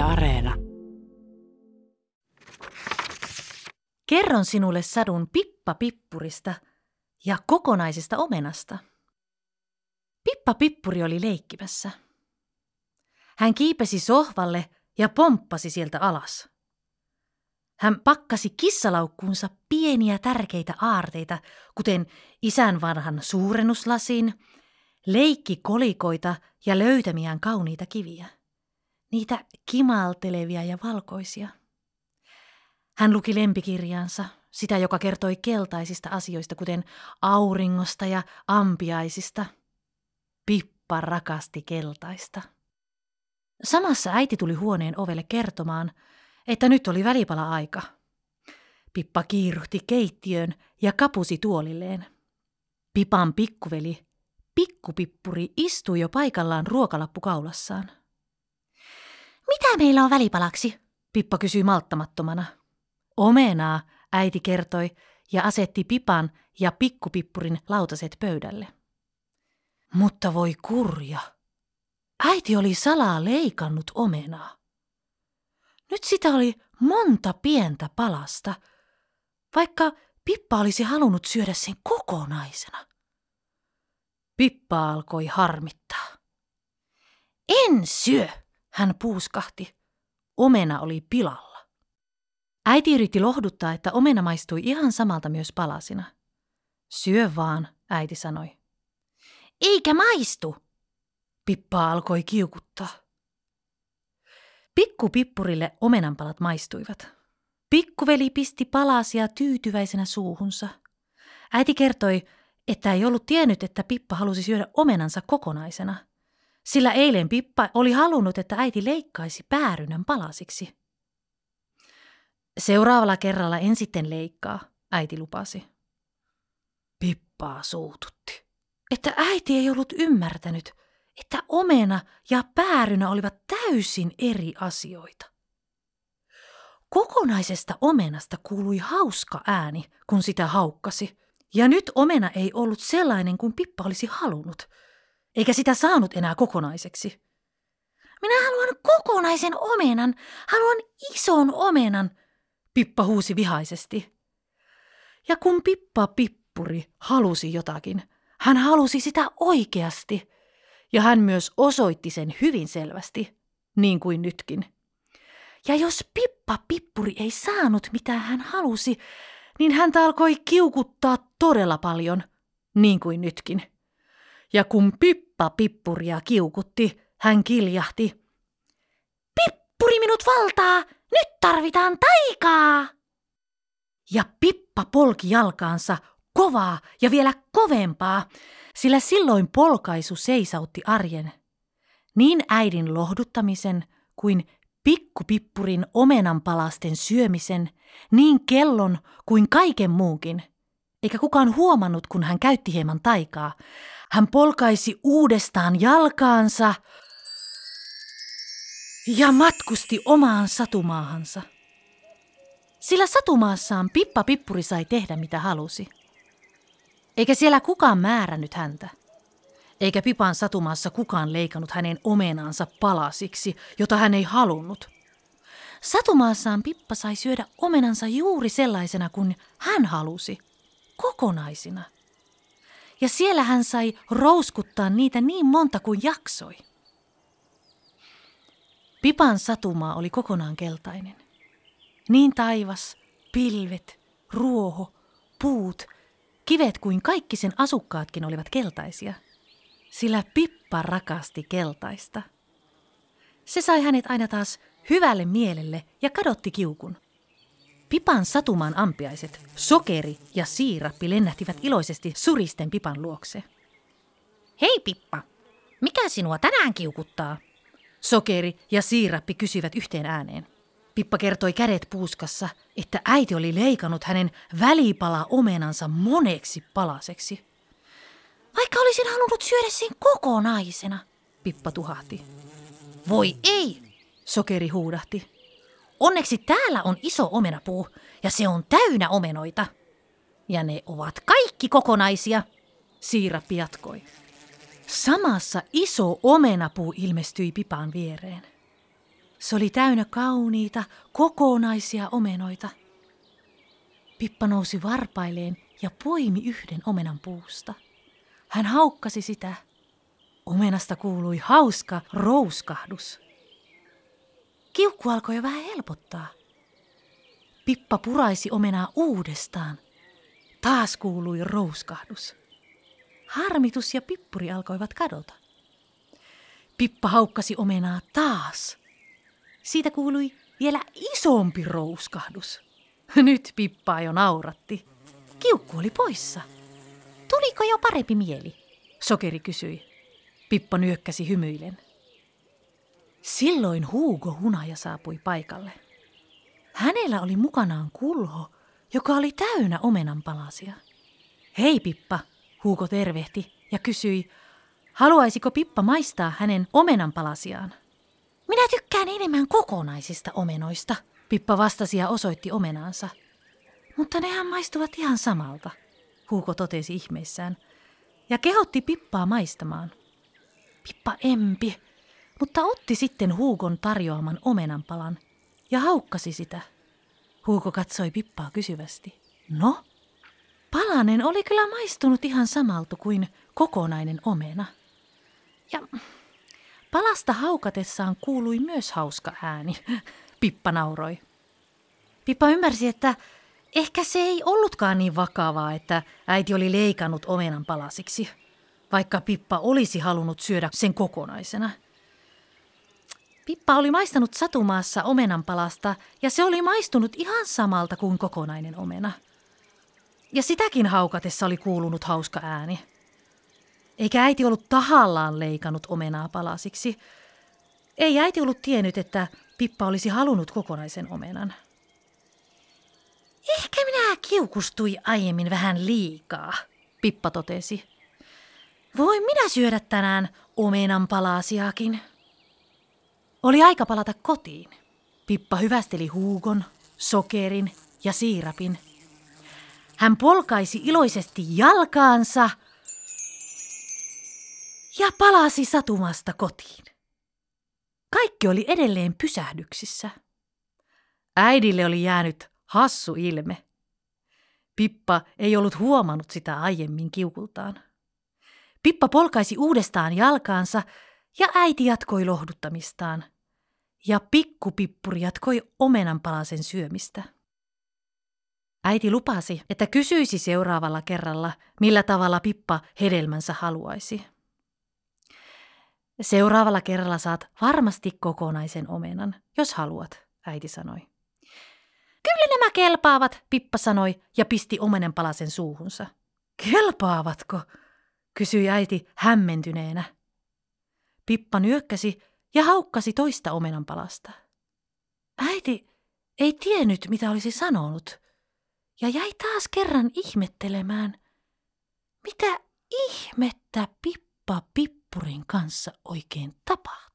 Areena. Kerron sinulle sadun Pippa Pippurista ja kokonaisesta omenasta. Pippa Pippuri oli leikkimässä. Hän kiipesi sohvalle ja pomppasi sieltä alas. Hän pakkasi kissalaukkuunsa pieniä tärkeitä aarteita, kuten isän vanhan suurennuslasin, leikkikolikoita ja löytämiään kauniita kiviä. Niitä kimaltelevia ja valkoisia. Hän luki lempikirjaansa, sitä joka kertoi keltaisista asioista, kuten auringosta ja ampiaisista. Pippa rakasti keltaista. Samassa äiti tuli huoneen ovelle kertomaan, että nyt oli välipala-aika. Pippa kiiruhti keittiöön ja kapusi tuolilleen. Pipan pikkuveli, Pikkupippuri, istui jo paikallaan ruokalappu kaulassaan. Mitä meillä on välipalaksi? Pippa kysyi malttamattomana. Omenaa, äiti kertoi ja asetti Pipan ja Pikkupippurin lautaset pöydälle. Mutta voi kurja. Äiti oli salaa leikannut omenaa. Nyt sitä oli monta pientä palasta, vaikka Pippa olisi halunnut syödä sen kokonaisena. Pippa alkoi harmittaa. En syö, hän puuskahti. Omena oli pilalla. Äiti yritti lohduttaa, että omena maistui ihan samalta myös palasina. Syö vaan, äiti sanoi. Eikä maistu. Pippa alkoi kiukuttaa. Pikkupippurille omenanpalat maistuivat. Pikkuveli pisti palasia tyytyväisenä suuhunsa. Äiti kertoi, että ei ollut tiennyt, että Pippa halusi syödä omenansa kokonaisena. Sillä eilen Pippa oli halunnut, että äiti leikkaisi päärynän palasiksi. Seuraavalla kerralla en sitten leikkaa, äiti lupasi. Pippaa suututti, että äiti ei ollut ymmärtänyt, että omena ja päärynä olivat täysin eri asioita. Kokonaisesta omenasta kuului hauska ääni, kun sitä haukkasi, ja nyt omena ei ollut sellainen kuin Pippa olisi halunnut, eikä sitä saanut enää kokonaiseksi. Minä haluan kokonaisen omenan, haluan ison omenan, Pippa huusi vihaisesti. Ja kun Pippa Pippuri halusi jotakin, hän halusi sitä oikeasti, ja hän myös osoitti sen hyvin selvästi, niin kuin nytkin. Ja jos Pippa Pippuri ei saanut mitä hän halusi, niin häntä alkoi kiukuttaa todella paljon, niin kuin nytkin. Ja kun Pippa Pippuria kiukutti, hän kiljahti. Pippuri minut valtaa, nyt tarvitaan taikaa! Ja Pippa polki jalkaansa kovaa ja vielä kovempaa, sillä silloin polkaisu seisautti arjen. Niin äidin lohduttamisen kuin Pikkupippurin omenanpalasten syömisen, niin kellon kuin kaiken muunkin. Eikä kukaan huomannut, kun hän käytti hieman taikaa. Hän polkaisi uudestaan jalkaansa ja matkusti omaan satumaahansa. Sillä satumaassaan Pippa Pippuri sai tehdä mitä halusi. Eikä siellä kukaan määrännyt häntä. Eikä Pipan satumaassa kukaan leikannut hänen omenaansa palasiksi, jota hän ei halunnut. Satumaassaan Pippa sai syödä omenansa juuri sellaisena kuin hän halusi, kokonaisina. Ja siellä hän sai rouskuttaa niitä niin monta kuin jaksoi. Pipan satumaa oli kokonaan keltainen. Niin taivas, pilvet, ruoho, puut, kivet kuin kaikki sen asukkaatkin olivat keltaisia. Sillä Pippa rakasti keltaista. Se sai hänet aina taas hyvälle mielelle ja kadotti kiukun. Pipan satumaan ampiaiset, Sokeri ja Siirappi lennähtivät iloisesti suristen Pipan luokse. Hei Pippa, mikä sinua tänään kiukuttaa? Sokeri ja Siirappi kysyivät yhteen ääneen. Pippa kertoi kädet puuskassa, että äiti oli leikannut hänen välipala-omenansa moneksi palaseksi. Vaikka olisin halunnut syödä sen kokonaisena, Pippa tuhahti. Voi ei, Sokeri huudahti. Onneksi täällä on iso omenapuu ja se on täynnä omenoita. Ja ne ovat kaikki kokonaisia, Siirappi jatkoi. Samassa iso omenapuu ilmestyi Pipan viereen. Se oli täynnä kauniita, kokonaisia omenoita. Pippa nousi varpailleen ja poimi yhden omenan puusta. Hän haukkasi sitä. Omenasta kuului hauska rouskahdus. Kiukku alkoi jo vähän helpottaa. Pippa puraisi omenaa uudestaan. Taas kuului rouskahdus. Harmitus ja pippuri alkoivat kadota. Pippa haukkasi omenaa taas. Siitä kuului vielä isompi rouskahdus. Nyt Pippaa jo nauratti. Kiukku oli poissa. Tuliko jo parempi mieli? Sokeri kysyi. Pippa nyökkäsi hymyillen. Silloin Hugo Hunaja saapui paikalle. Hänellä oli mukanaan kulho, joka oli täynnä omenanpalasia. Hei Pippa, Hugo tervehti ja kysyi, haluaisiko Pippa maistaa hänen omenanpalasiaan. Minä tykkään enemmän kokonaisista omenoista, Pippa vastasi ja osoitti omenaansa. Mutta nehän maistuvat ihan samalta, Hugo totesi ihmeissään ja kehotti Pippaa maistamaan. Pippa empi, mutta otti sitten Hugon tarjoaman omenanpalan ja haukkasi sitä. Hugo katsoi Pippaa kysyvästi. No, palanen oli kyllä maistunut ihan samalta kuin kokonainen omena. Ja palasta haukatessaan kuului myös hauska ääni. Pippa nauroi. Pippa ymmärsi, että ehkä se ei ollutkaan niin vakavaa, että äiti oli leikannut omenan palasiksi, vaikka Pippa olisi halunnut syödä sen kokonaisena. Pippa oli maistanut satumaassa omenanpalasta ja se oli maistunut ihan samalta kuin kokonainen omena. Ja sitäkin haukatessa oli kuulunut hauska ääni. Eikä äiti ollut tahallaan leikannut omenaa palasiksi. Ei äiti ollut tiennyt, että Pippa olisi halunnut kokonaisen omenan. Ehkä minä kiukustui aiemmin vähän liikaa, Pippa totesi. Voin minä syödä tänään omenan palasiakin. Oli aika palata kotiin. Pippa hyvästeli Hugon, sokerin ja siirapin. Hän polkaisi iloisesti jalkaansa ja palasi satumasta kotiin. Kaikki oli edelleen pysähdyksissä. Äidille oli jäänyt hassu ilme. Pippa ei ollut huomannut sitä aiemmin kiukultaan. Pippa polkaisi uudestaan jalkaansa ja äiti jatkoi lohduttamistaan. Ja pikkupippuri jatkoi omenanpalasen syömistä. Äiti lupasi, että kysyisi seuraavalla kerralla, millä tavalla Pippa hedelmänsä haluaisi. Seuraavalla kerralla saat varmasti kokonaisen omenan, jos haluat, äiti sanoi. Kyllä nämä kelpaavat, Pippa sanoi ja pisti omenanpalasen suuhunsa. Kelpaavatko? Kysyi äiti hämmentyneenä. Pippa nyökkäsi ja haukkasi toista omenanpalasta. Äiti ei tiennyt, mitä olisi sanonut, ja jäi taas kerran ihmettelemään, mitä ihmettä Pippa Pippurin kanssa oikein tapahtui.